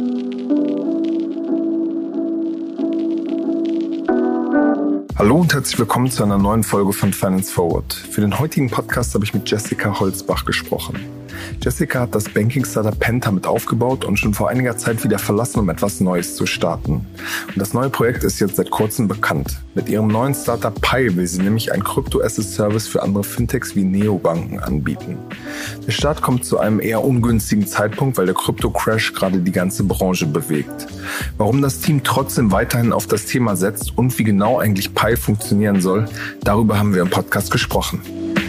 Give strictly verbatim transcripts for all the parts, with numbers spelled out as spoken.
Hallo und herzlich willkommen zu einer neuen Folge von Finance Forward. Für den heutigen Podcast habe ich mit Jessica Holzbach gesprochen. Jessica hat das Banking-Startup Penta mit aufgebaut und schon vor einiger Zeit wieder verlassen, um etwas Neues zu starten. Und das neue Projekt ist jetzt seit kurzem bekannt. Mit ihrem neuen Startup Pi will sie nämlich ein Crypto-As-a-Service für andere Fintechs wie Neobanken anbieten. Der Start kommt zu einem eher ungünstigen Zeitpunkt, weil der Krypto-Crash gerade die ganze Branche bewegt. Warum das Team trotzdem weiterhin auf das Thema setzt und wie genau eigentlich Pi funktionieren soll, darüber haben wir im Podcast gesprochen.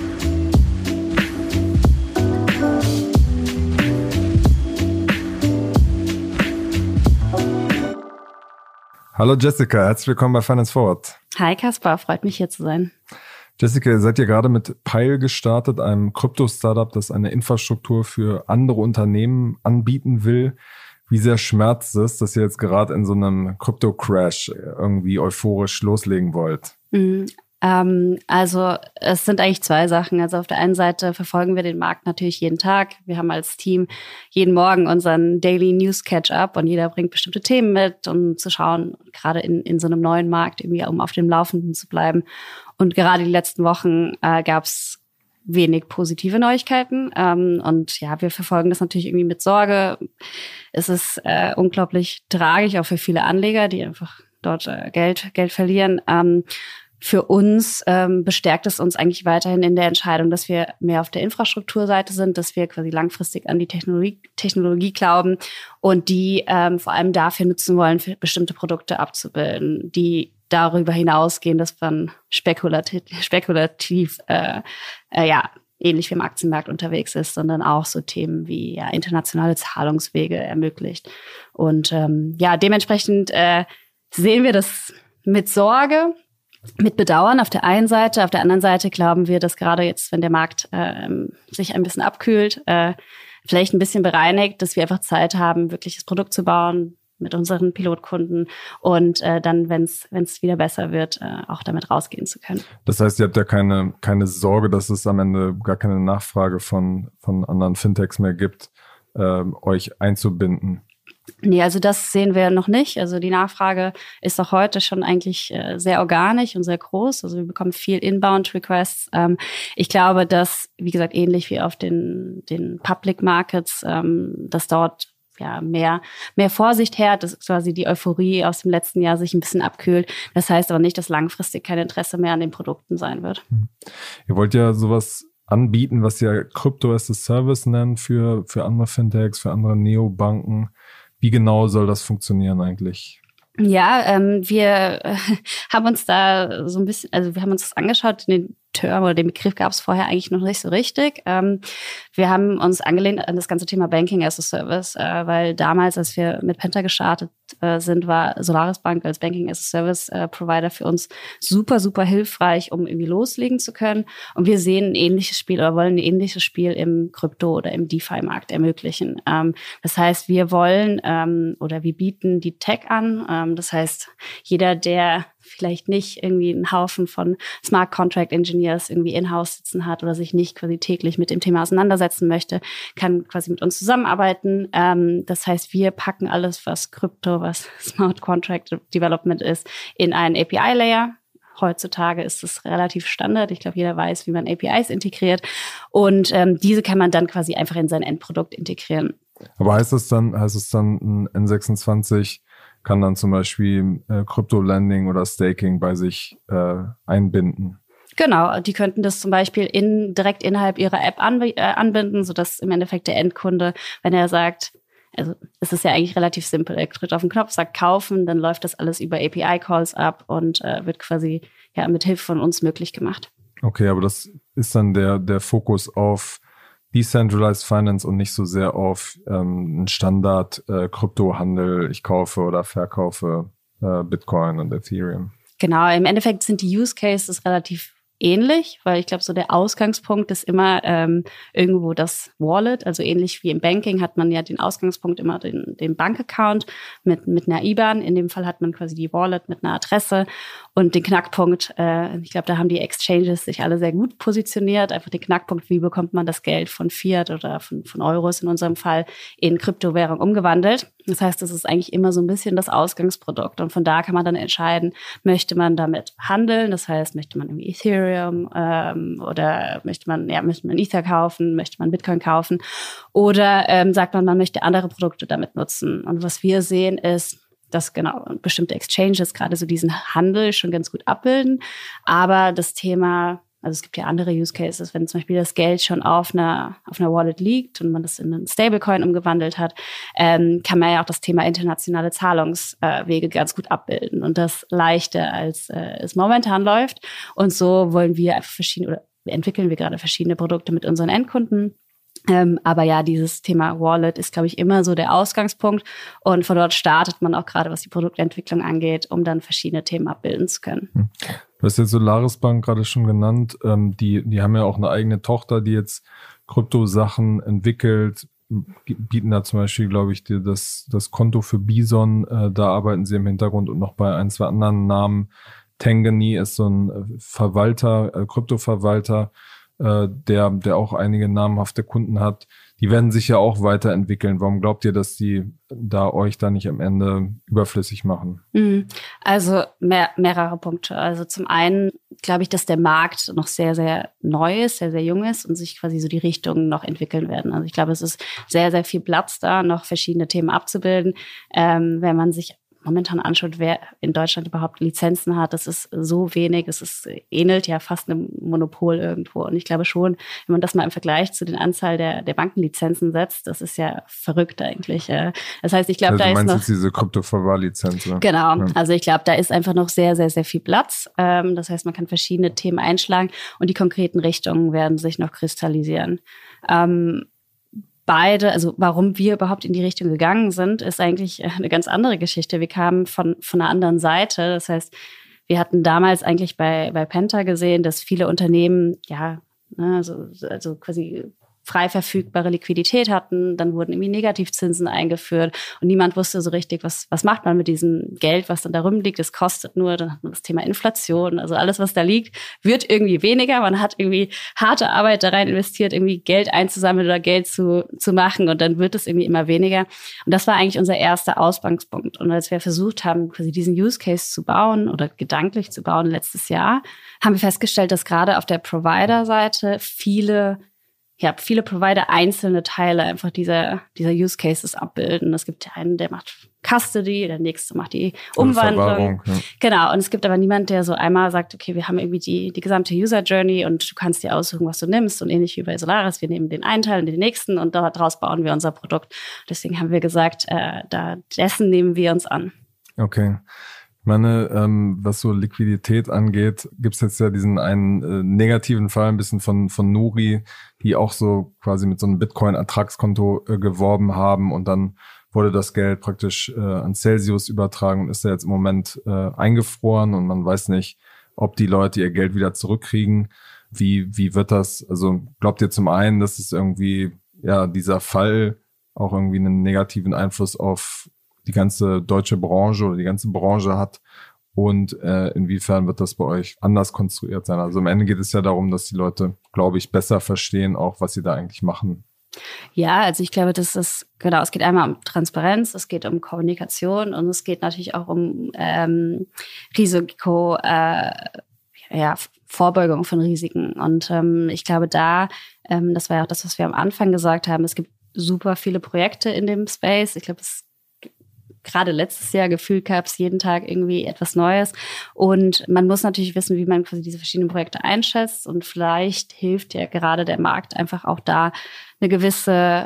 Hallo Jessica, herzlich willkommen bei Finance Forward. Hi Kaspar, freut mich hier zu sein. Jessica, ihr seid ja gerade mit Pi gestartet, einem Krypto-Startup, das eine Infrastruktur für andere Unternehmen anbieten will. Wie sehr schmerzt es, dass ihr jetzt gerade in so einem Krypto-Crash irgendwie euphorisch loslegen wollt? Mhm. Ähm, also es sind eigentlich zwei Sachen. Also auf der einen Seite verfolgen wir den Markt natürlich jeden Tag. Wir haben als Team jeden Morgen unseren Daily News Catch-up und jeder bringt bestimmte Themen mit, um zu schauen, gerade in, in so einem neuen Markt, irgendwie um auf dem Laufenden zu bleiben. Und gerade die letzten Wochen äh, gab es wenig positive Neuigkeiten. Ähm, und ja, wir verfolgen das natürlich irgendwie mit Sorge. Es ist äh, unglaublich tragisch, auch für viele Anleger, die einfach dort äh, Geld, Geld verlieren. Ähm, Für uns ähm, bestärkt es uns eigentlich weiterhin in der Entscheidung, dass wir mehr auf der Infrastrukturseite sind, dass wir quasi langfristig an die Technologie, Technologie glauben und die ähm, vor allem dafür nutzen wollen, für bestimmte Produkte abzubilden, die darüber hinausgehen, dass man spekulativ, spekulativ äh, äh, ja, ähnlich wie im Aktienmarkt unterwegs ist, sondern auch so Themen wie ja, internationale Zahlungswege ermöglicht. Und ähm, ja, dementsprechend äh, sehen wir das mit Sorge, mit Bedauern auf der einen Seite. Auf der anderen Seite glauben wir, dass gerade jetzt, wenn der Markt äh, sich ein bisschen abkühlt, äh, vielleicht ein bisschen bereinigt, dass wir einfach Zeit haben, wirklich das Produkt zu bauen mit unseren Pilotkunden und äh, dann, wenn es wenn es wieder besser wird, äh, auch damit rausgehen zu können. Das heißt, ihr habt ja keine keine Sorge, dass es am Ende gar keine Nachfrage von von anderen Fintechs mehr gibt, äh, euch einzubinden? Nee, also das sehen wir noch nicht. Also die Nachfrage ist auch heute schon eigentlich äh, sehr organisch und sehr groß. Also wir bekommen viel Inbound-Requests. Ähm, ich glaube, dass, wie gesagt, ähnlich wie auf den, den Public Markets, ähm, dass dort ja mehr, mehr Vorsicht herrscht, dass quasi die Euphorie aus dem letzten Jahr sich ein bisschen abkühlt. Das heißt aber nicht, dass langfristig kein Interesse mehr an den Produkten sein wird. Hm. Ihr wollt ja sowas anbieten, was ihr Crypto as a Service nennt für, für andere Fintechs, für andere Neobanken. Wie genau soll das funktionieren eigentlich? Ja, ähm, wir äh, haben uns da so ein bisschen, also wir haben uns das angeschaut, den Term oder den Begriff gab es vorher eigentlich noch nicht so richtig. Ähm, wir haben uns angelehnt an das ganze Thema Banking as a Service, äh, weil damals, als wir mit Penta gestartet äh, sind, war Solaris Bank als Banking as a Service äh, Provider für uns super, super hilfreich, um irgendwie loslegen zu können. Und wir sehen ein ähnliches Spiel oder wollen ein ähnliches Spiel im Krypto- oder im DeFi-Markt ermöglichen. Ähm, das heißt, wir wollen ähm, oder wir bieten die Tech an. Ähm, das heißt, jeder, der vielleicht nicht irgendwie einen Haufen von Smart Contract Engineers irgendwie in-house sitzen hat oder sich nicht quasi täglich mit dem Thema auseinandersetzen möchte, kann quasi mit uns zusammenarbeiten. Ähm, das heißt, wir packen alles, was Krypto, was Smart Contract Development ist, in einen A P I-Layer. Heutzutage ist es relativ Standard. Ich glaube, jeder weiß, wie man A P Is integriert. Und ähm, diese kann man dann quasi einfach in sein Endprodukt integrieren. Aber heißt es dann, heißt es dann ein N sechsundzwanzig kann dann zum Beispiel äh, Crypto-Lending oder Staking bei sich äh, einbinden? Genau, die könnten das zum Beispiel in, direkt innerhalb ihrer App anb- äh, anbinden, sodass im Endeffekt der Endkunde, wenn er sagt, also es ist ja eigentlich relativ simpel, er drückt auf den Knopf, sagt kaufen, dann läuft das alles über A P I-Calls ab und äh, wird quasi ja mit Hilfe von uns möglich gemacht. Okay, aber das ist dann der, der Fokus auf Decentralized Finance und nicht so sehr auf ähm, einen Standard äh, Kryptohandel, ich kaufe oder verkaufe äh, Bitcoin und Ethereum. Genau, im Endeffekt sind die Use Cases relativ ähnlich, weil ich glaube, so der Ausgangspunkt ist immer ähm, irgendwo das Wallet. Also ähnlich wie im Banking hat man ja den Ausgangspunkt immer den, den Bankaccount mit, mit einer I B A N. In dem Fall hat man quasi die Wallet mit einer Adresse. Und den Knackpunkt, äh, ich glaube, da haben die Exchanges sich alle sehr gut positioniert. Einfach den Knackpunkt, wie bekommt man das Geld von Fiat oder von, von Euros in unserem Fall in Kryptowährung umgewandelt. Das heißt, das ist eigentlich immer so ein bisschen das Ausgangsprodukt. Und von da kann man dann entscheiden, möchte man damit handeln? Das heißt, möchte man irgendwie Ethereum ähm, oder möchte man, ja, möchte man Ether kaufen, möchte man Bitcoin kaufen? Oder ähm, sagt man, man möchte andere Produkte damit nutzen? Und was wir sehen ist, dass genau bestimmte Exchanges gerade so diesen Handel schon ganz gut abbilden. Aber das Thema, also es gibt ja andere Use Cases, wenn zum Beispiel das Geld schon auf einer, auf einer Wallet liegt und man das in einen Stablecoin umgewandelt hat, ähm, kann man ja auch das Thema internationale Zahlungswege ganz gut abbilden und das leichter, als äh, es momentan läuft. Und so wollen wir einfach verschiedene, oder entwickeln wir gerade verschiedene Produkte mit unseren Endkunden. Ähm, aber ja, dieses Thema Wallet ist, glaube ich, immer so der Ausgangspunkt. Und von dort startet man auch gerade, was die Produktentwicklung angeht, um dann verschiedene Themen abbilden zu können. Du hast jetzt Solaris Bank gerade schon genannt. Ähm, die, die haben ja auch eine eigene Tochter, die jetzt Kryptosachen entwickelt, bieten da zum Beispiel, glaube ich, dir das, das Konto für Bison. Äh, da arbeiten sie im Hintergrund und noch bei ein, zwei anderen Namen. Tangany ist so ein Verwalter, äh, Kryptoverwalter, der, der auch einige namhafte Kunden hat, die werden sich ja auch weiterentwickeln. Warum glaubt ihr, dass die da euch da nicht am Ende überflüssig machen? Also mehr, mehrere Punkte. Also zum einen glaube ich, dass der Markt noch sehr, sehr neu ist, sehr, sehr jung ist und sich quasi so die Richtungen noch entwickeln werden. Also ich glaube, es ist sehr, sehr viel Platz da, noch verschiedene Themen abzubilden. Ähm, wenn man sich momentan anschaut, wer in Deutschland überhaupt Lizenzen hat, das ist so wenig, es ist, ähnelt ja fast einem Monopol irgendwo. Und ich glaube schon, wenn man das mal im Vergleich zu den Anzahl der, der Bankenlizenzen setzt, das ist ja verrückt eigentlich. Das heißt, ich glaube, also da ist noch... Du meinst jetzt diese Kryptoverwahrlizenz, oder? Genau, ja. Also ich glaube, da ist einfach noch sehr, sehr, sehr viel Platz. Das heißt, man kann verschiedene Themen einschlagen und die konkreten Richtungen werden sich noch kristallisieren. Beide, also warum wir überhaupt in die Richtung gegangen sind, ist eigentlich eine ganz andere Geschichte. Wir kamen von, von einer anderen Seite. Das heißt, wir hatten damals eigentlich bei, bei Penta gesehen, dass viele Unternehmen, ja, ne, also, also quasi frei verfügbare Liquidität hatten, dann wurden irgendwie Negativzinsen eingeführt und niemand wusste so richtig, was was macht man mit diesem Geld, was dann da rumliegt. Es kostet nur, dann hat man das Thema Inflation, also alles, was da liegt, wird irgendwie weniger. Man hat irgendwie harte Arbeit da rein investiert, irgendwie Geld einzusammeln oder Geld zu zu machen und dann wird es irgendwie immer weniger. Und das war eigentlich unser erster Ausgangspunkt. Und als wir versucht haben, quasi diesen Use Case zu bauen oder gedanklich zu bauen letztes Jahr, haben wir festgestellt, dass gerade auf der Provider-Seite viele Ja, viele Provider einzelne Teile einfach dieser, dieser Use Cases abbilden. Es gibt einen, der macht Custody, der nächste macht die Umwandlung. Ja. Genau. Und es gibt aber niemand, der so einmal sagt, okay, wir haben irgendwie die, die gesamte User Journey und du kannst dir aussuchen, was du nimmst. Und ähnlich wie bei Solaris, wir nehmen den einen Teil und den nächsten und daraus bauen wir unser Produkt. Deswegen haben wir gesagt, äh, da dessen nehmen wir uns an. Okay. Ich meine, ähm, was so Liquidität angeht, gibt's jetzt ja diesen einen äh, negativen Fall ein bisschen von von Nuri, die auch so quasi mit so einem Bitcoin-Ertragskonto äh, geworben haben und dann wurde das Geld praktisch äh, an Celsius übertragen und ist da jetzt im Moment äh, eingefroren und man weiß nicht, ob die Leute ihr Geld wieder zurückkriegen. Wie wie wird das? Also glaubt ihr zum einen, dass es irgendwie ja dieser Fall auch irgendwie einen negativen Einfluss auf die ganze deutsche Branche oder die ganze Branche hat und äh, inwiefern wird das bei euch anders konstruiert sein? Also am Ende geht es ja darum, dass die Leute, glaube ich, besser verstehen, auch was sie da eigentlich machen. Ja, also ich glaube, das ist, genau, es geht einmal um Transparenz, es geht um Kommunikation und es geht natürlich auch um ähm, Risiko, äh, ja, Vorbeugung von Risiken. Und ähm, ich glaube da, ähm, das war ja auch das, was wir am Anfang gesagt haben, es gibt super viele Projekte in dem Space. Ich glaube, es gerade letztes Jahr gefühlt gab es jeden Tag irgendwie etwas Neues. Und man muss natürlich wissen, wie man quasi diese verschiedenen Projekte einschätzt. Und vielleicht hilft ja gerade der Markt einfach auch da, eine gewisse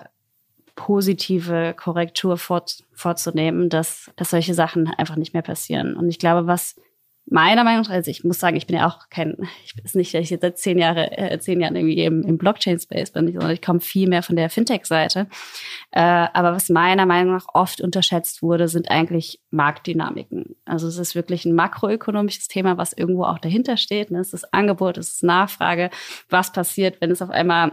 positive Korrektur vor, vorzunehmen, dass, dass solche Sachen einfach nicht mehr passieren. Und ich glaube, was meiner Meinung nach, also ich muss sagen, ich bin ja auch kein, ich ist nicht, dass ich jetzt seit zehn Jahre, äh, zehn Jahren irgendwie im, im Blockchain-Space bin, sondern ich komme viel mehr von der Fintech-Seite. Äh, aber was meiner Meinung nach oft unterschätzt wurde, sind eigentlich Marktdynamiken. Also es ist wirklich ein makroökonomisches Thema, was irgendwo auch dahinter steht. Ne? Es ist Angebot, es ist Nachfrage. Was passiert, wenn es auf einmal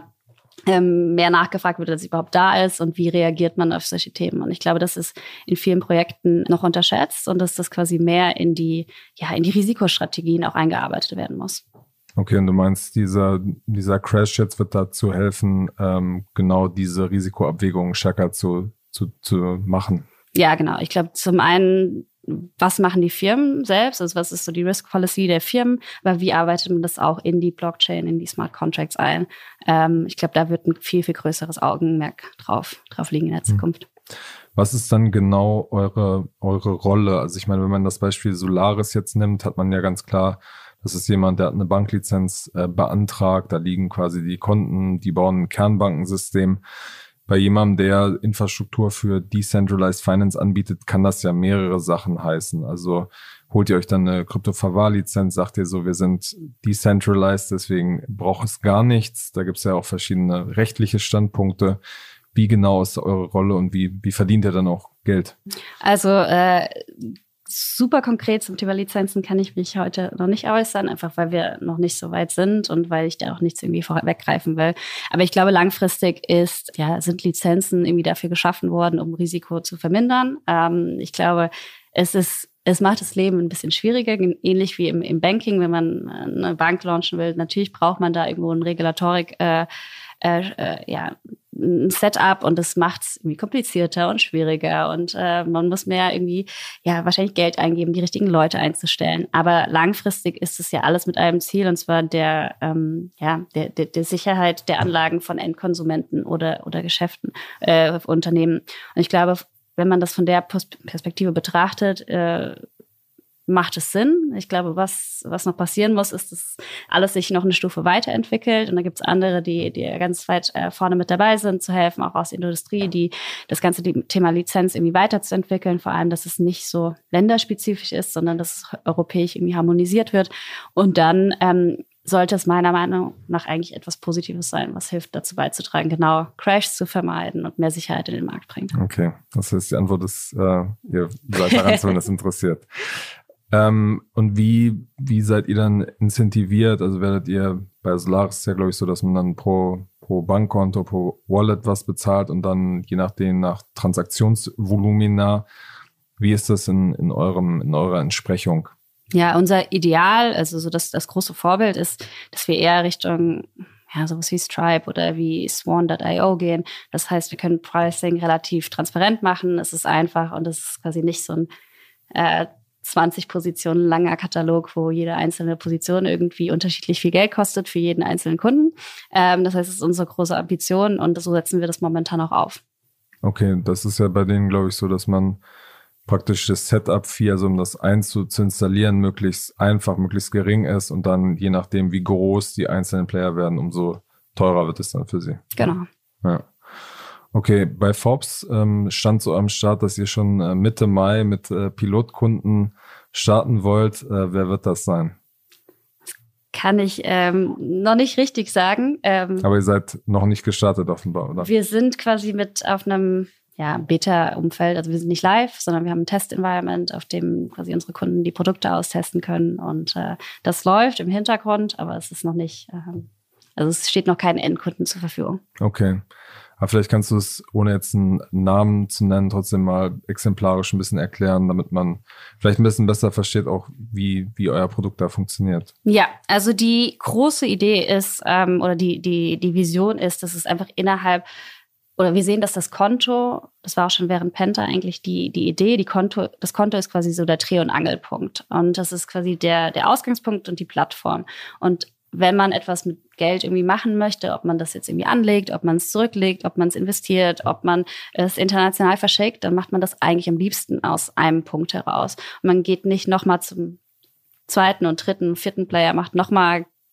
ähm, mehr nachgefragt wird, als es überhaupt da ist, und wie reagiert man auf solche Themen? Und ich glaube, das ist in vielen Projekten noch unterschätzt und dass das quasi mehr in die, ja, in die Risikostrategien auch eingearbeitet werden muss. Okay, und du meinst, dieser, dieser Crash jetzt wird dazu helfen, ähm, genau diese Risikoabwägungen stärker zu, zu, zu machen? Ja, genau. Ich glaube, zum einen, was machen die Firmen selbst? Also was ist so die Risk Policy der Firmen? Aber wie arbeitet man das auch in die Blockchain, in die Smart Contracts ein? Ähm, ich glaube, da wird ein viel, viel größeres Augenmerk drauf, drauf liegen in der Zukunft. Was ist dann genau eure, eure Rolle? Also ich meine, wenn man das Beispiel Solaris jetzt nimmt, hat man ja ganz klar, das ist jemand, der hat eine Banklizenz äh, beantragt, da liegen quasi die Konten, die bauen ein Kernbankensystem. Bei jemandem, der Infrastruktur für Decentralized Finance anbietet, kann das ja mehrere Sachen heißen. Also holt ihr euch dann eine Krypto-Verwahrlizenz, sagt ihr so, wir sind decentralized, deswegen braucht es gar nichts. Da gibt es ja auch verschiedene rechtliche Standpunkte. Wie genau ist eure Rolle und wie, wie verdient ihr dann auch Geld? Also äh, super konkret zum Thema Lizenzen kann ich mich heute noch nicht äußern, einfach weil wir noch nicht so weit sind und weil ich da auch nichts irgendwie vorweggreifen will. Aber ich glaube, langfristig ist, ja, sind Lizenzen irgendwie dafür geschaffen worden, um Risiko zu vermindern. Ähm, ich glaube, es ist Es macht das Leben ein bisschen schwieriger, ähnlich wie im, im Banking, wenn man eine Bank launchen will. Natürlich braucht man da irgendwo eine Regulatorik, äh, äh, ja, ein Setup, und das macht es irgendwie komplizierter und schwieriger, und äh, man muss mehr irgendwie, ja, wahrscheinlich Geld eingeben, die richtigen Leute einzustellen. Aber langfristig ist es ja alles mit einem Ziel, und zwar der, ähm, ja, der, der, der Sicherheit der Anlagen von Endkonsumenten oder, oder Geschäften, äh, Unternehmen. Und ich glaube, wenn man das von der Perspektive betrachtet, äh, macht es Sinn. Ich glaube, was, was noch passieren muss, ist, dass alles sich noch eine Stufe weiterentwickelt. Und da gibt es andere, die, die ganz weit äh, vorne mit dabei sind, zu helfen, auch aus der Industrie, die das ganze Thema Lizenz irgendwie weiterzuentwickeln. Vor allem, dass es nicht so länderspezifisch ist, sondern dass es europäisch irgendwie harmonisiert wird. Und dann ähm, sollte es meiner Meinung nach eigentlich etwas Positives sein, was hilft, dazu beizutragen, genau Crashs zu vermeiden und mehr Sicherheit in den Markt bringt. Okay, das heißt, die Antwort ist, äh, ihr seid daran, wenn das interessiert. Ähm, und wie, wie seid ihr dann incentiviert? Also werdet ihr, bei Solaris ist ja, glaube ich, so, dass man dann pro, pro Bankkonto, pro Wallet was bezahlt und dann je nachdem nach Transaktionsvolumina. Wie ist das in, in eurem, in eurer Entsprechung? Ja, unser Ideal, also so das, das große Vorbild ist, dass wir eher Richtung, ja, sowas wie Stripe oder wie Swan Punkt io gehen. Das heißt, wir können Pricing relativ transparent machen. Es ist einfach und es ist quasi nicht so ein äh, zwanzig Positionen langer Katalog, wo jede einzelne Position irgendwie unterschiedlich viel Geld kostet für jeden einzelnen Kunden. Ähm, das heißt, es ist unsere große Ambition, und so setzen wir das momentan auch auf. Okay, das ist ja bei denen, glaube ich, so, dass man praktisch das Setup-Fee, also um das einzuinstallieren, möglichst einfach, möglichst gering ist, und dann je nachdem, wie groß die einzelnen Player werden, umso teurer wird es dann für sie. Genau. Ja. Okay, bei Forbes ähm, stand so am Start, dass ihr schon äh, Mitte Mai mit äh, Pilotkunden starten wollt. Äh, wer wird das sein? Das kann ich ähm, noch nicht richtig sagen. Ähm, Aber ihr seid noch nicht gestartet offenbar, oder? Wir sind quasi mit auf einem ja, Beta-Umfeld, also wir sind nicht live, sondern wir haben ein Test-Environment, auf dem quasi unsere Kunden die Produkte austesten können, und äh, das läuft im Hintergrund, aber es ist noch nicht, äh, also es steht noch keinen Endkunden zur Verfügung. Okay. Aber vielleicht kannst du es, ohne jetzt einen Namen zu nennen, trotzdem mal exemplarisch ein bisschen erklären, damit man vielleicht ein bisschen besser versteht, auch wie, wie euer Produkt da funktioniert. Ja, also die große Idee ist, ähm, oder die, die, die Vision ist, dass es einfach innerhalb, oder wir sehen, dass das Konto, das war auch schon während Penta eigentlich die, die Idee, die Konto, das Konto ist quasi so der Dreh- und Angelpunkt. Und das ist quasi der, der Ausgangspunkt und die Plattform. Und wenn man etwas mit Geld irgendwie machen möchte, ob man das jetzt irgendwie anlegt, ob man es zurücklegt, ob man es investiert, ob man es international verschickt, dann macht man das eigentlich am liebsten aus einem Punkt heraus. Und man geht nicht nochmal zum zweiten und dritten, vierten Player, macht nochmal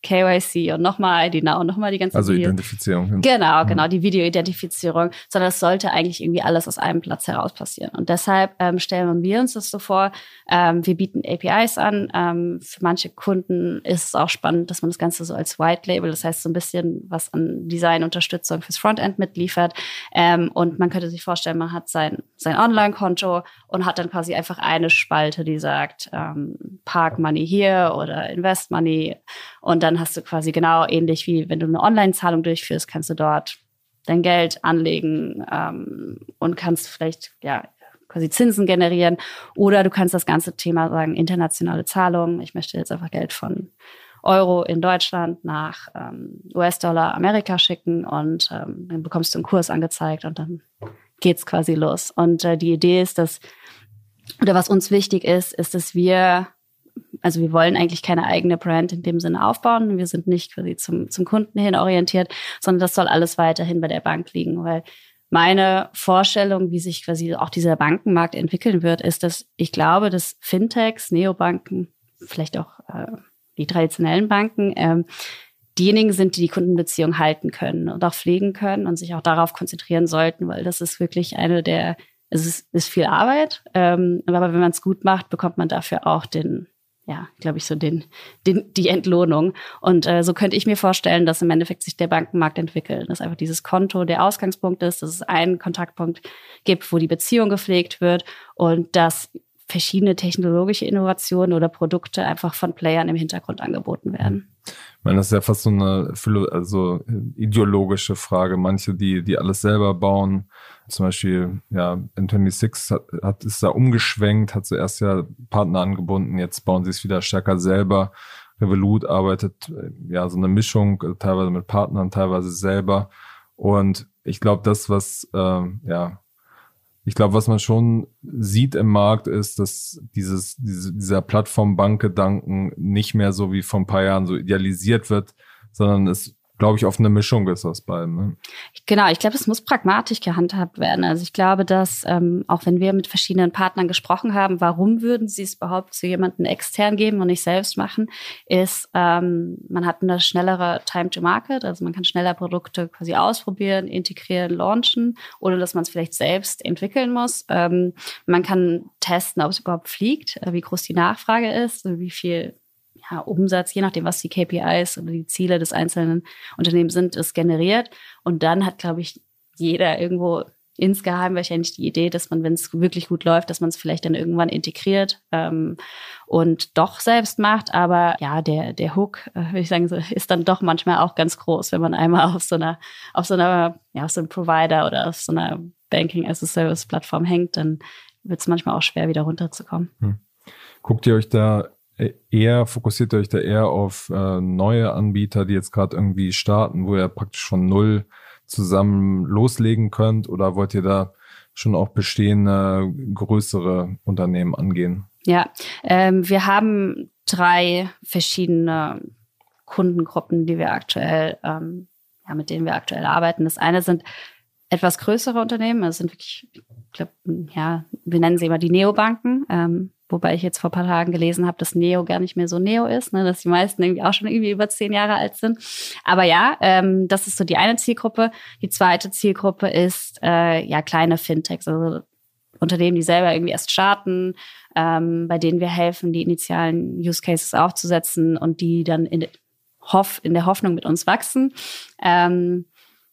K Y C und nochmal I D Now und nochmal die ganze Also Video. Identifizierung. Genau, genau, die Videoidentifizierung, sondern es sollte eigentlich irgendwie alles aus einem Platz heraus passieren. Und deshalb ähm, stellen wir uns das so vor, ähm, wir bieten A P Is an. Ähm, für manche Kunden ist es auch spannend, dass man das Ganze so als White Label, das heißt so ein bisschen was an Designunterstützung fürs Frontend mitliefert. Ähm, und man könnte sich vorstellen, man hat sein, sein Online-Konto und hat dann quasi einfach eine Spalte, die sagt, ähm, Park Money hier oder Invest Money. Und dann hast du quasi genau ähnlich wie wenn du eine Online-Zahlung durchführst, kannst du dort dein Geld anlegen ähm, und kannst vielleicht ja quasi Zinsen generieren. Oder du kannst das ganze Thema sagen, internationale Zahlungen. Ich möchte jetzt einfach Geld von Euro in Deutschland nach ähm, U S-Dollar Amerika schicken und ähm, dann bekommst du einen Kurs angezeigt und dann geht's quasi los. Und äh, die Idee ist, dass, oder was uns wichtig ist, ist, dass wir Also wir wollen eigentlich keine eigene Brand in dem Sinne aufbauen. Wir sind nicht quasi zum, zum Kunden hin orientiert, sondern das soll alles weiterhin bei der Bank liegen. Weil meine Vorstellung, wie sich quasi auch dieser Bankenmarkt entwickeln wird, ist, dass ich glaube, dass Fintechs, Neobanken, vielleicht auch äh, die traditionellen Banken, ähm, diejenigen sind, die die Kundenbeziehung halten können und auch pflegen können und sich auch darauf konzentrieren sollten, weil das ist wirklich eine der, es ist, ist viel Arbeit, ähm, aber wenn man es gut macht, bekommt man dafür auch den ja, glaube ich, so den, den, die Entlohnung. Und äh, so könnte ich mir vorstellen, dass im Endeffekt sich der Bankenmarkt entwickelt. Dass einfach dieses Konto der Ausgangspunkt ist, dass es einen Kontaktpunkt gibt, wo die Beziehung gepflegt wird und dass verschiedene technologische Innovationen oder Produkte einfach von Playern im Hintergrund angeboten werden. Ich meine, das ist ja fast so eine also ideologische Frage. Manche, die die alles selber bauen, zum Beispiel, ja, N sechsundzwanzig hat, hat ist da umgeschwenkt, hat zuerst ja Partner angebunden, jetzt bauen sie es wieder stärker selber. Revolut arbeitet ja so eine Mischung, teilweise mit Partnern, teilweise selber. Und ich glaube, das, was ähm, ja Ich glaube, was man schon sieht im Markt ist, dass dieses, diese, dieser Plattform-Bank-Gedanken nicht mehr so wie vor ein paar Jahren so idealisiert wird, sondern es, glaube ich, auf eine Mischung ist aus beiden. Ne? Genau, ich glaube, es muss pragmatisch gehandhabt werden. Also ich glaube, dass ähm, auch wenn wir mit verschiedenen Partnern gesprochen haben, warum würden sie es überhaupt zu jemandem extern geben und nicht selbst machen, ist, ähm, man hat eine schnellere Time to Market, also man kann schneller Produkte quasi ausprobieren, integrieren, launchen, ohne dass man es vielleicht selbst entwickeln muss. Ähm, man kann testen, ob es überhaupt fliegt, äh, wie groß die Nachfrage ist, wie viel Ja, Umsatz, je nachdem, was die K P Is oder die Ziele des einzelnen Unternehmens sind, ist generiert. Und dann hat, glaube ich, jeder irgendwo insgeheim wahrscheinlich die Idee, dass man, wenn es wirklich gut läuft, dass man es vielleicht dann irgendwann integriert ähm, und doch selbst macht. Aber ja, der der Hook, äh, würde ich sagen, so, ist dann doch manchmal auch ganz groß, wenn man einmal auf so einer, auf so einer, ja, auf so einem Provider oder auf so einer Banking-as-a-Service-Plattform hängt, dann wird es manchmal auch schwer, wieder runterzukommen. Hm. Guckt ihr euch da eher, fokussiert ihr euch da eher auf äh, neue Anbieter, die jetzt gerade irgendwie starten, wo ihr praktisch von null zusammen loslegen könnt, oder wollt ihr da schon auch bestehende, größere Unternehmen angehen? Ja, ähm, wir haben drei verschiedene Kundengruppen, die wir aktuell, ähm, ja, mit denen wir aktuell arbeiten. Das eine sind etwas größere Unternehmen, das sind wirklich, ich glaube, ja, wir nennen sie immer die Neobanken, ähm, wobei ich jetzt vor ein paar Tagen gelesen habe, dass Neo gar nicht mehr so Neo ist, ne, dass die meisten irgendwie auch schon irgendwie über zehn Jahre alt sind. Aber ja, ähm, das ist so die eine Zielgruppe. Die zweite Zielgruppe ist äh, ja kleine Fintechs, also Unternehmen, die selber irgendwie erst starten, ähm, bei denen wir helfen, die initialen Use Cases aufzusetzen und die dann in, Hoff, in der Hoffnung mit uns wachsen. Ähm,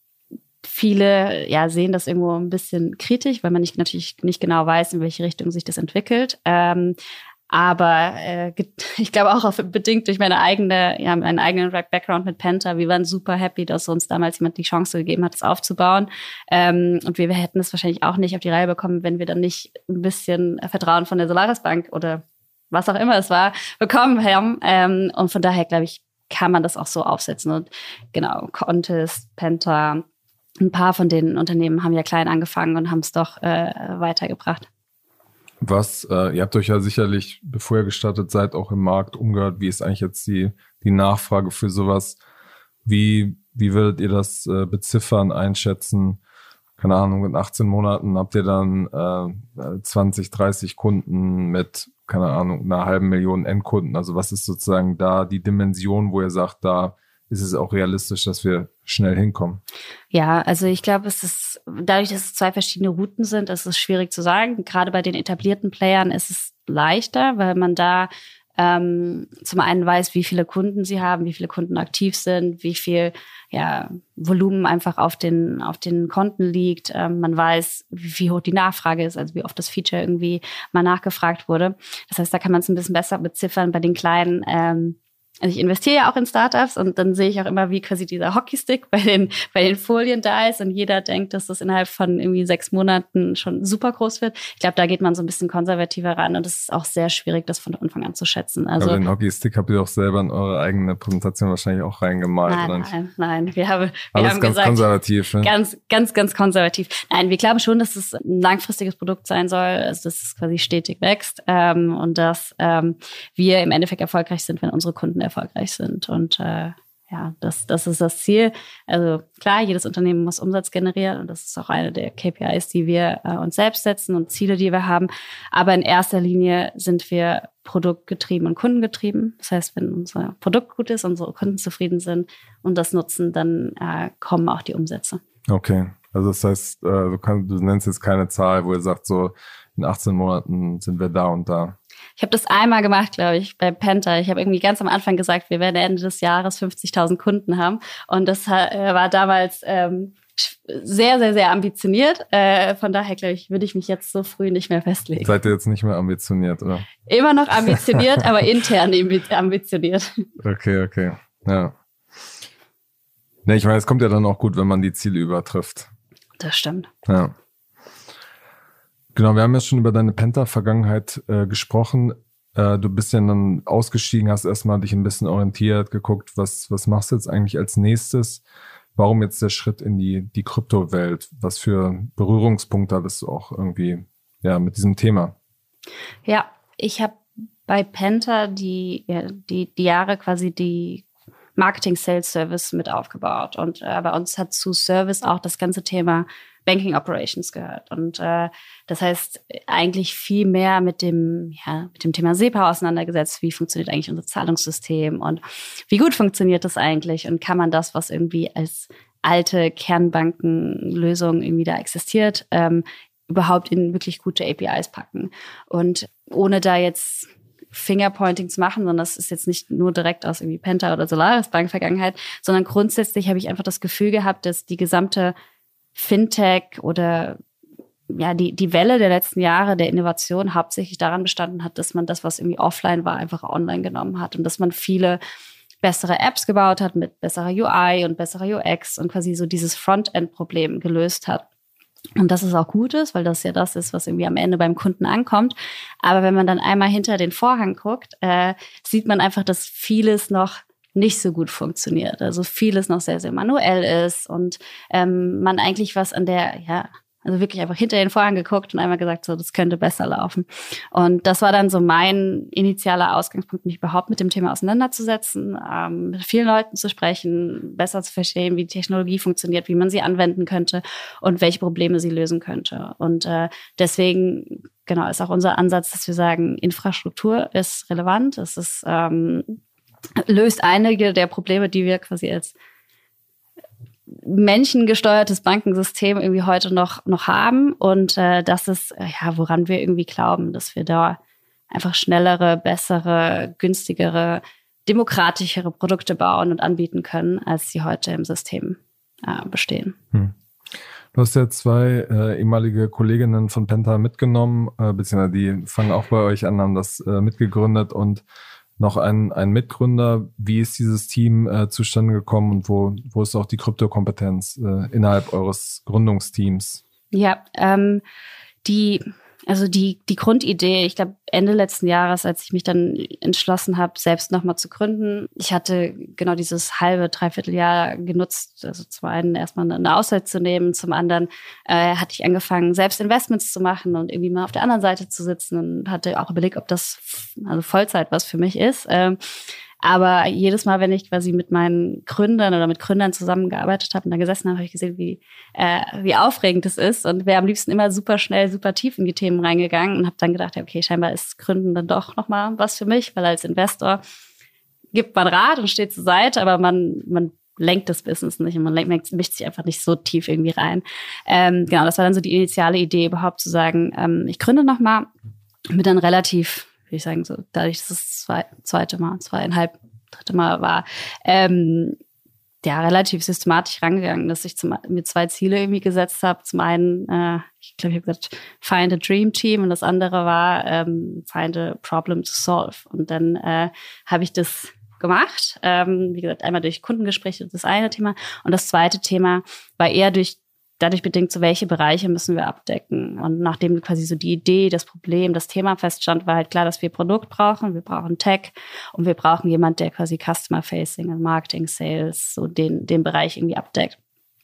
Viele ja, sehen das irgendwo ein bisschen kritisch, weil man nicht, natürlich nicht genau weiß, in welche Richtung sich das entwickelt. Ähm, aber äh, ich glaube auch auf, bedingt durch meine eigene, ja, meinen eigenen Background mit Penta. Wir waren super happy, dass uns damals jemand die Chance gegeben hat, das aufzubauen. Ähm, und wir, wir hätten es wahrscheinlich auch nicht auf die Reihe bekommen, wenn wir dann nicht ein bisschen Vertrauen von der Solaris Bank oder was auch immer es war, bekommen haben. Ähm, und von daher, glaube ich, kann man das auch so aufsetzen. Und genau, Contest, Penta, ein paar von den Unternehmen haben ja klein angefangen und haben es doch äh, weitergebracht. Was, äh, ihr habt euch ja sicherlich, bevor ihr gestartet seid, auch im Markt umgehört. Wie ist eigentlich jetzt die, die Nachfrage für sowas? Wie, wie würdet ihr das äh, beziffern, einschätzen? keine Ahnung, in achtzehn Monaten habt ihr dann äh, zwanzig, dreißig Kunden mit, keine Ahnung, einer halben Million Endkunden. Also was ist sozusagen da die Dimension, wo ihr sagt, da ist es auch realistisch, dass wir schnell hinkommen? Ja, also ich glaube, es ist, dadurch, dass es zwei verschiedene Routen sind, ist es schwierig zu sagen. Gerade bei den etablierten Playern ist es leichter, weil man da ähm, zum einen weiß, wie viele Kunden sie haben, wie viele Kunden aktiv sind, wie viel ja, Volumen einfach auf den auf den Konten liegt. Ähm, man weiß, wie, wie hoch die Nachfrage ist, also wie oft das Feature irgendwie mal nachgefragt wurde. Das heißt, da kann man es ein bisschen besser beziffern. Bei den kleinen ähm, Also ich investiere ja auch in Startups und dann sehe ich auch immer, wie quasi dieser Hockeystick bei den bei den Folien da ist und jeder denkt, dass das innerhalb von irgendwie sechs Monaten schon super groß wird. Ich glaube, da geht man so ein bisschen konservativer ran und es ist auch sehr schwierig, das von Anfang an zu schätzen. Also aber den Hockeystick habt ihr auch selber in eure eigene Präsentation wahrscheinlich auch reingemalt, nein, oder nicht? Nein, nein, wir haben, wir Alles haben ganz gesagt, konservativ, ne? ganz, ganz, ganz konservativ. Nein, wir glauben schon, dass es ein langfristiges Produkt sein soll, also dass es quasi stetig wächst ähm, und dass ähm, wir im Endeffekt erfolgreich sind, wenn unsere Kunden erfolgreich sind. Und äh, ja, das, das ist das Ziel. Also klar, jedes Unternehmen muss Umsatz generieren und das ist auch eine der K P Is, die wir äh, uns selbst setzen und Ziele, die wir haben. Aber in erster Linie sind wir produktgetrieben und kundengetrieben. Das heißt, wenn unser Produkt gut ist, unsere Kunden zufrieden sind und das nutzen, dann äh, kommen auch die Umsätze. Okay, also das heißt, äh, du, kannst, du nennst jetzt keine Zahl, wo ihr sagt, so in achtzehn Monaten sind wir da und da. Ich habe das einmal gemacht, glaube ich, bei Penta. Ich habe irgendwie ganz am Anfang gesagt, wir werden Ende des Jahres fünfzigtausend Kunden haben. Und das äh, war damals ähm, sehr, sehr, sehr ambitioniert. Äh, von daher, glaube ich, würde ich mich jetzt so früh nicht mehr festlegen. Seid ihr jetzt nicht mehr ambitioniert, oder? Immer noch ambitioniert, aber intern ambitioniert. Okay, okay, ja. Ne, ich meine, es kommt ja dann auch gut, wenn man die Ziele übertrifft. Das stimmt. Ja. Genau, wir haben ja schon über deine Penta-Vergangenheit äh, gesprochen. Äh, du bist ja dann ausgestiegen, hast erstmal dich ein bisschen orientiert, geguckt, was, was machst du jetzt eigentlich als nächstes? Warum jetzt der Schritt in die, die Kryptowelt? Was für Berührungspunkte hattest du auch irgendwie ja, mit diesem Thema? Ja, ich habe bei Penta die, ja, die, die Jahre quasi die Marketing-Sales-Service mit aufgebaut. Und äh, bei uns hat zu Service auch das ganze Thema Banking Operations gehört. Und äh, das heißt, eigentlich viel mehr mit dem, ja, mit dem Thema SEPA auseinandergesetzt. Wie funktioniert eigentlich unser Zahlungssystem und wie gut funktioniert das eigentlich? Und kann man das, was irgendwie als alte Kernbankenlösung irgendwie da existiert, ähm, überhaupt in wirklich gute A P Is packen? Und ohne da jetzt Fingerpointing zu machen, sondern das ist jetzt nicht nur direkt aus irgendwie Penta oder Solaris Bank Vergangenheit, sondern grundsätzlich habe ich einfach das Gefühl gehabt, dass die gesamte Fintech oder ja die die Welle der letzten Jahre der Innovation hauptsächlich daran bestanden hat, dass man das, was irgendwie offline war, einfach online genommen hat und dass man viele bessere Apps gebaut hat mit besserer U I und besserer U X und quasi so dieses Frontend-Problem gelöst hat. Und dass es auch gut ist, weil das ja das ist, was irgendwie am Ende beim Kunden ankommt. Aber wenn man dann einmal hinter den Vorhang guckt, äh, sieht man einfach, dass vieles noch nicht so gut funktioniert. Also vieles noch sehr, sehr manuell ist und ähm, man eigentlich was an der, ja, also wirklich einfach hinter den Vorhang geguckt und einmal gesagt, so, das könnte besser laufen. Und das war dann so mein initialer Ausgangspunkt, mich überhaupt mit dem Thema auseinanderzusetzen, ähm, mit vielen Leuten zu sprechen, besser zu verstehen, wie die Technologie funktioniert, wie man sie anwenden könnte und welche Probleme sie lösen könnte. Und äh, deswegen, genau, ist auch unser Ansatz, dass wir sagen, Infrastruktur ist relevant, es ist ähm, löst einige der Probleme, die wir quasi als menschengesteuertes Bankensystem irgendwie heute noch noch haben. Und äh, das ist, ja, woran wir irgendwie glauben, dass wir da einfach schnellere, bessere, günstigere, demokratischere Produkte bauen und anbieten können, als sie heute im System äh, bestehen. Hm. Du hast ja zwei äh, ehemalige Kolleginnen von Penta mitgenommen, äh, beziehungsweise die fangen auch bei euch an, haben das äh, mitgegründet und noch ein, ein Mitgründer. Wie ist dieses Team äh, zustande gekommen und wo, wo ist auch die Kryptokompetenz äh, innerhalb eures Gründungsteams? Ja, ähm, die, also die, die Grundidee, ich glaube Ende letzten Jahres, als ich mich dann entschlossen habe, selbst nochmal zu gründen, ich hatte genau dieses halbe, dreiviertel Jahr genutzt, also zum einen erstmal eine Auszeit zu nehmen, zum anderen äh, hatte ich angefangen, selbst Investments zu machen und irgendwie mal auf der anderen Seite zu sitzen und hatte auch überlegt, ob das also Vollzeit was für mich ist. Ähm, Aber jedes Mal, wenn ich quasi mit meinen Gründern oder mit Gründern zusammengearbeitet habe und da gesessen habe, habe ich gesehen, wie, äh, wie aufregend es ist und wäre am liebsten immer super schnell, super tief in die Themen reingegangen und habe dann gedacht, okay, scheinbar ist Gründen dann doch nochmal was für mich, weil als Investor gibt man Rat und steht zur Seite, aber man, man lenkt das Business nicht und man lenkt, mischt sich einfach nicht so tief irgendwie rein. Ähm, genau, das war dann so die initiale Idee, überhaupt zu sagen, ähm, ich gründe nochmal mit dann relativ, würde ich sagen, so dadurch, dass es das zweite Mal, zweieinhalb, dritte Mal war, ähm, ja, relativ systematisch rangegangen, dass ich zum, mir zwei Ziele irgendwie gesetzt habe. Zum einen, äh, ich glaube, ich habe gesagt, find a dream team und das andere war ähm, find a problem to solve. Und dann äh, habe ich das gemacht. Ähm, wie gesagt, einmal durch Kundengespräche, das eine Thema. Und das zweite Thema war eher durch dadurch bedingt, so welche Bereiche müssen wir abdecken. Und nachdem quasi so die Idee, das Problem, das Thema feststand, war halt klar, dass wir Produkt brauchen, wir brauchen Tech und wir brauchen jemand, der quasi Customer-Facing, also Marketing, Sales, so den, den Bereich irgendwie abdeckt.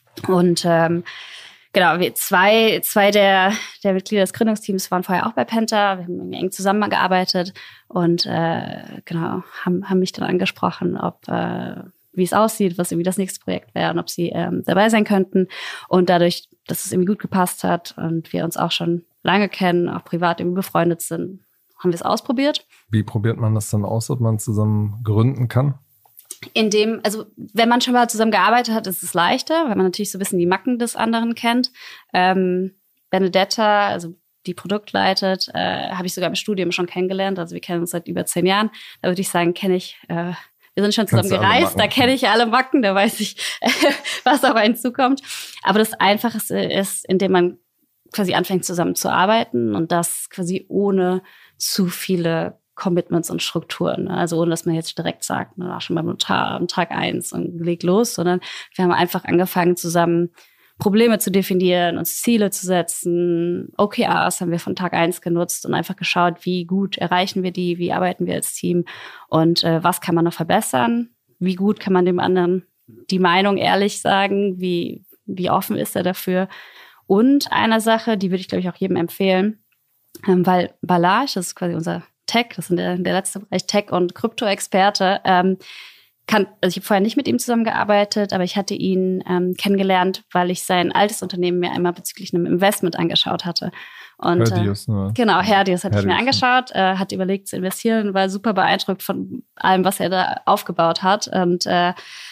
Und ähm, genau, wir zwei, zwei der, der Mitglieder des Gründungsteams waren vorher auch bei Penta. Wir haben irgendwie eng zusammengearbeitet und äh, genau, haben, haben mich dann angesprochen, ob äh, wie es aussieht, was irgendwie das nächste Projekt wäre und ob sie ähm, dabei sein könnten. Und dadurch, dass es irgendwie gut gepasst hat und wir uns auch schon lange kennen, auch privat irgendwie befreundet sind, haben wir es ausprobiert. Wie probiert man das dann aus, ob man zusammen gründen kann? Indem, also wenn man schon mal zusammen gearbeitet hat, ist es leichter, weil man natürlich so ein bisschen die Macken des anderen kennt. Ähm, Benedetta, also die Produkt leitet, äh, habe ich sogar im Studium schon kennengelernt. Also wir kennen uns seit über zehn Jahren. Da würde ich sagen, kenne ich äh, Wir sind schon zusammen gereist, da kenne ich alle Macken, da weiß ich, was auf einen zukommt. Aber das Einfachste ist, indem man quasi anfängt zusammen zu arbeiten und das quasi ohne zu viele Commitments und Strukturen. Also ohne, dass man jetzt direkt sagt, na, schon beim Notar am Tag eins und leg los, sondern wir haben einfach angefangen zusammen Probleme zu definieren, uns Ziele zu setzen. O K Rs haben wir von Tag eins genutzt und einfach geschaut, wie gut erreichen wir die, wie arbeiten wir als Team und äh, was kann man noch verbessern, wie gut kann man dem anderen die Meinung ehrlich sagen, wie, wie offen ist er dafür. Und eine Sache, die würde ich, glaube ich, auch jedem empfehlen, ähm, weil Balazs, das ist quasi unser Tech, das ist der, der letzte Bereich Tech- und Krypto-Experte, ähm, Kann, also ich habe vorher nicht mit ihm zusammengearbeitet, aber ich hatte ihn ähm, kennengelernt, weil ich sein altes Unternehmen mir einmal bezüglich einem Investment angeschaut hatte. Und, Herdius, ne? Äh, genau, Herdius hatte Herdius, ich mir angeschaut, äh, hat überlegt zu investieren, war super beeindruckt von allem, was er da aufgebaut hat und äh,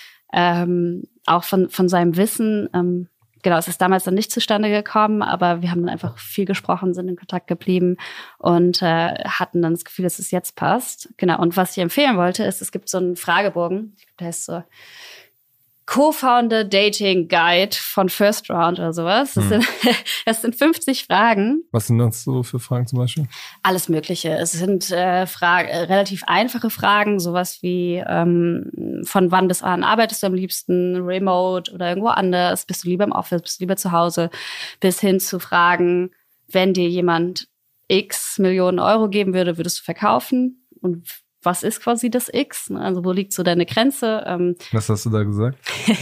ähm, auch von, von seinem Wissen. Ähm, Genau, es ist damals dann nicht zustande gekommen, aber wir haben dann einfach viel gesprochen, sind in Kontakt geblieben und äh, hatten dann das Gefühl, dass es jetzt passt. Genau, und was ich empfehlen wollte, ist, es gibt so einen Fragebogen, der heißt so Co-Founder Dating Guide von First Round oder sowas. Das, hm. sind, das sind fünfzig Fragen. Was sind das so für Fragen zum Beispiel? Alles Mögliche. Es sind äh, Fragen, äh, relativ einfache Fragen, sowas wie ähm, von wann bis wann arbeitest du am liebsten, remote oder irgendwo anders, bist du lieber im Office, bist du lieber zu Hause, bis hin zu Fragen, wenn dir jemand x Millionen Euro geben würde, würdest du verkaufen? Und was ist quasi das X? Also wo liegt so deine Grenze? Ähm, Was hast du da gesagt?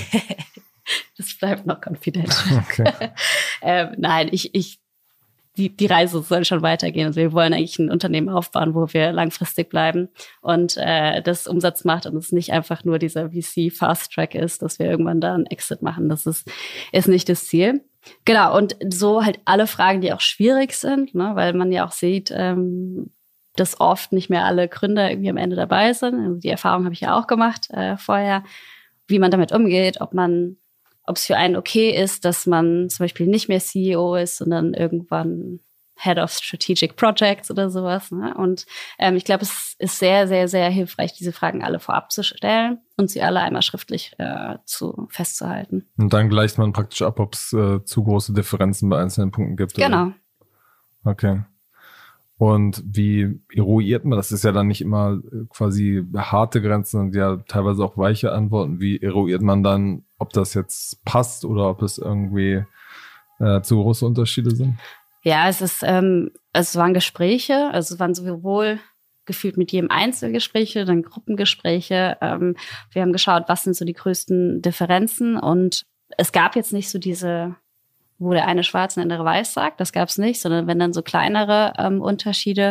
Das bleibt noch confidential. Okay. ähm, nein, ich, ich, die, die Reise soll schon weitergehen. Also wir wollen eigentlich ein Unternehmen aufbauen, wo wir langfristig bleiben und äh, das Umsatz macht und es nicht einfach nur dieser V C-Fast-Track ist, dass wir irgendwann da einen Exit machen. Das ist, ist nicht das Ziel. Genau, und so halt alle Fragen, die auch schwierig sind, ne, weil man ja auch sieht, ähm, dass oft nicht mehr alle Gründer irgendwie am Ende dabei sind. Also die Erfahrung habe ich ja auch gemacht äh, vorher, wie man damit umgeht, ob man, ob es für einen okay ist, dass man zum Beispiel nicht mehr C E O ist, sondern irgendwann Head of Strategic Projects oder sowas. Ne? Und ähm, ich glaube, es ist sehr, sehr, sehr hilfreich, diese Fragen alle vorab zu stellen und sie alle einmal schriftlich äh, zu festzuhalten. Und dann gleicht man praktisch ab, ob es äh, zu große Differenzen bei einzelnen Punkten gibt. Genau. Oder? Okay. Und wie eruiert man, das ist ja dann nicht immer quasi harte Grenzen und ja teilweise auch weiche Antworten, wie eruiert man dann, ob das jetzt passt oder ob es irgendwie äh, zu große Unterschiede sind? Ja, es ist, ähm, es waren Gespräche, also es waren sowohl gefühlt mit jedem Einzelgespräche, dann Gruppengespräche. Ähm, wir haben geschaut, was sind so die größten Differenzen und es gab jetzt nicht so diese, wo der eine schwarz und der andere weiß sagt, das gab es nicht, sondern wenn dann so kleinere ähm, Unterschiede,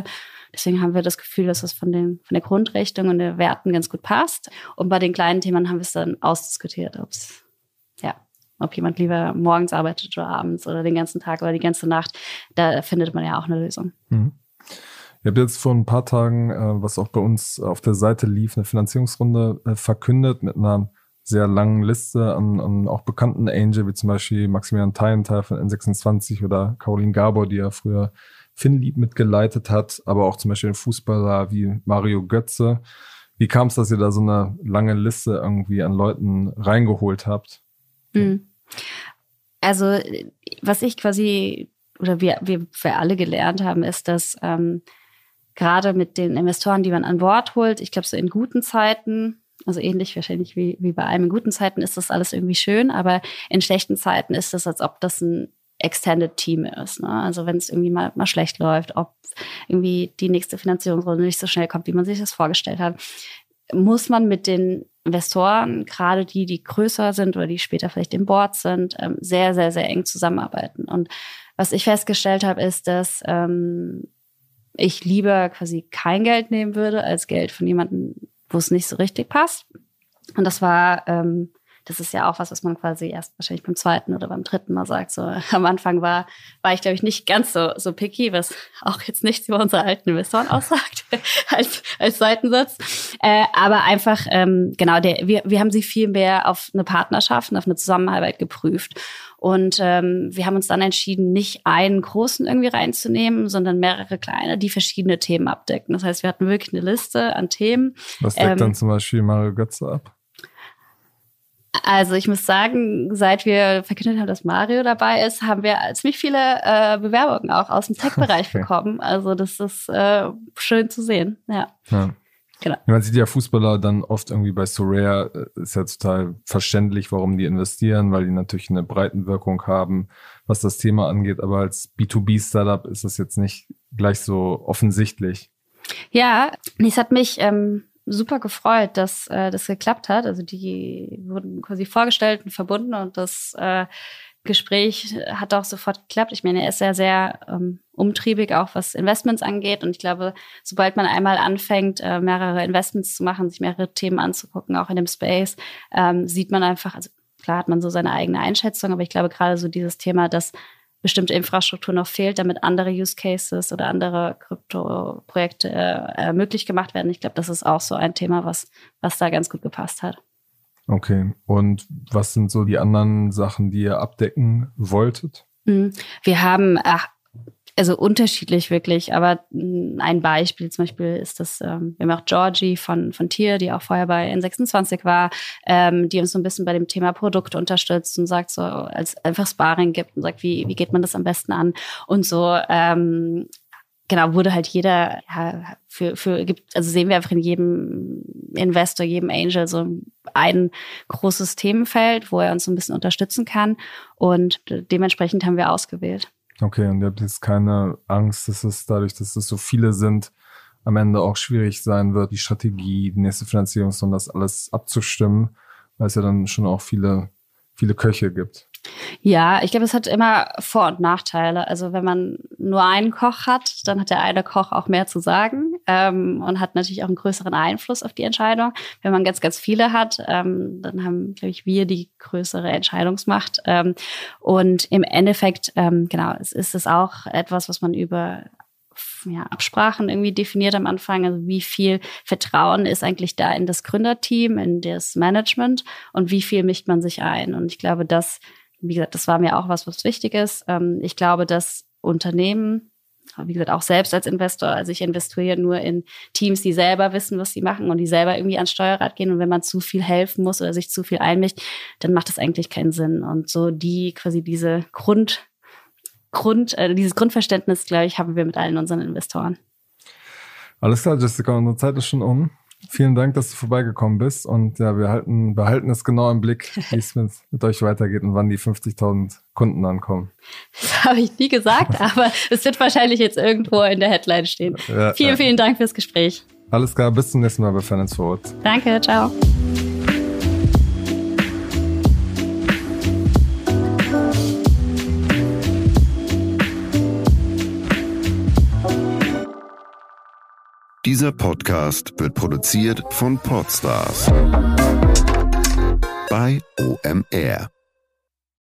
Deswegen haben wir das Gefühl, dass es von, den, von der Grundrichtung und der Werten ganz gut passt. Und bei den kleinen Themen haben wir es dann ausdiskutiert, ob es, ja, ob jemand lieber morgens arbeitet oder abends oder den ganzen Tag oder die ganze Nacht. Da findet man ja auch eine Lösung. Mhm. Ihr habt jetzt vor ein paar Tagen, äh, was auch bei uns auf der Seite lief, eine Finanzierungsrunde äh, verkündet mit einer sehr langen Liste an, an auch bekannten Angel, wie zum Beispiel Maximilian Teilenthal von N sechsundzwanzig oder Caroline Gabor, die ja früher Finlieb mitgeleitet hat, aber auch zum Beispiel Fußballer wie Mario Götze. Wie kam es, dass ihr da so eine lange Liste irgendwie an Leuten reingeholt habt? Mhm. Also was ich quasi, oder wir, wir, wir alle gelernt haben, ist, dass ähm, gerade mit den Investoren, die man an Bord holt, ich glaube so in guten Zeiten, also ähnlich wahrscheinlich wie, wie bei einem, in guten Zeiten ist das alles irgendwie schön, aber in schlechten Zeiten ist es, als ob das ein Extended Team ist. Ne? Also wenn es irgendwie mal, mal schlecht läuft, ob irgendwie die nächste Finanzierungsrunde nicht so schnell kommt, wie man sich das vorgestellt hat, muss man mit den Investoren, gerade die, die größer sind oder die später vielleicht im Board sind, sehr, sehr, sehr eng zusammenarbeiten. Und was ich festgestellt habe, ist, dass ähm, ich lieber quasi kein Geld nehmen würde, als Geld von jemandem, wo es nicht so richtig passt. Und das war, ähm, das ist ja auch was, was man quasi erst wahrscheinlich beim zweiten oder beim dritten Mal sagt. So am Anfang war, war ich, glaube ich, nicht ganz so, so picky, was auch jetzt nichts über unsere alten Investoren aussagt, als, als Seitensatz. Äh, aber einfach, ähm, genau, der, wir, wir haben sie viel mehr auf eine Partnerschaft und auf eine Zusammenarbeit geprüft. Und ähm, wir haben uns dann entschieden, nicht einen großen irgendwie reinzunehmen, sondern mehrere kleine, die verschiedene Themen abdecken. Das heißt, wir hatten wirklich eine Liste an Themen. Was deckt ähm, dann zum Beispiel Mario Götze ab? Also ich muss sagen, seit wir verkündet haben, dass Mario dabei ist, haben wir ziemlich viele äh, Bewerbungen auch aus dem Tech-Bereich okay. bekommen. Also das ist äh, schön zu sehen. Ja. ja. Genau. Man sieht ja Fußballer dann oft irgendwie bei Sorare, ist ja total verständlich, warum die investieren, weil die natürlich eine Breitenwirkung haben, was das Thema angeht. Aber als B zwei B-Startup ist das jetzt nicht gleich so offensichtlich. Ja, es hat mich ähm, super gefreut, dass äh, das geklappt hat. Also die wurden quasi vorgestellt und verbunden und das äh, Gespräch hat auch sofort geklappt. Ich meine, er ist ja sehr ähm, umtriebig, auch was Investments angeht. Und ich glaube, sobald man einmal anfängt, äh, mehrere Investments zu machen, sich mehrere Themen anzugucken, auch in dem Space, ähm, sieht man einfach, also klar hat man so seine eigene Einschätzung, aber ich glaube gerade so dieses Thema, dass bestimmte Infrastruktur noch fehlt, damit andere Use Cases oder andere Krypto-Projekte äh, möglich gemacht werden. Ich glaube, das ist auch so ein Thema, was, was da ganz gut gepasst hat. Okay, und was sind so die anderen Sachen, die ihr abdecken wolltet? Wir haben, ach, also unterschiedlich wirklich, aber ein Beispiel zum Beispiel ist das, ähm, wir haben auch Georgie von, von Tier, die auch vorher bei N sechsundzwanzig war, ähm, die uns so ein bisschen bei dem Thema Produkt unterstützt und sagt so, als einfach Sparring gibt und sagt, wie, wie geht man das am besten an und so, ähm, genau, wurde halt jeder, ja, für, für, gibt, also sehen wir einfach in jedem Investor, jedem Angel so ein großes Themenfeld, wo er uns so ein bisschen unterstützen kann und dementsprechend haben wir ausgewählt. Okay, und ihr habt jetzt keine Angst, dass es dadurch, dass es so viele sind, am Ende auch schwierig sein wird, die Strategie, die nächste Finanzierungsrunde, das alles abzustimmen, weil es ja dann schon auch viele, viele Köche gibt. Ja, ich glaube, es hat immer Vor- und Nachteile. Also wenn man nur einen Koch hat, dann hat der eine Koch auch mehr zu sagen ähm, und hat natürlich auch einen größeren Einfluss auf die Entscheidung. Wenn man ganz, ganz viele hat, ähm, dann haben, glaube ich, wir die größere Entscheidungsmacht. Ähm, und im Endeffekt, ähm, genau, es ist es auch etwas, was man über ja, Absprachen irgendwie definiert am Anfang. Also wie viel Vertrauen ist eigentlich da in das Gründerteam, in das Management und wie viel mischt man sich ein? Und ich glaube, das Wie gesagt, das war mir auch was, was wichtig ist. Ich glaube, dass Unternehmen, wie gesagt, auch selbst als Investor, also ich investiere nur in Teams, die selber wissen, was sie machen und die selber irgendwie ans Steuerrad gehen. Und wenn man zu viel helfen muss oder sich zu viel einmischt, dann macht das eigentlich keinen Sinn. Und so die quasi diese Grund, Grund, äh, dieses Grundverständnis, glaube ich, haben wir mit allen unseren Investoren. Alles klar, Jessica, unsere Zeit ist schon um. Vielen Dank, dass du vorbeigekommen bist und ja, wir halten, behalten es genau im Blick, wie es mit, mit euch weitergeht und wann die fünfzigtausend Kunden ankommen. Das habe ich nie gesagt, aber es wird wahrscheinlich jetzt irgendwo in der Headline stehen. Ja, vielen, ja. vielen Dank fürs Gespräch. Alles klar, bis zum nächsten Mal bei Finance Forward. Danke, ciao. Dieser Podcast wird produziert von Podstars bei O M R.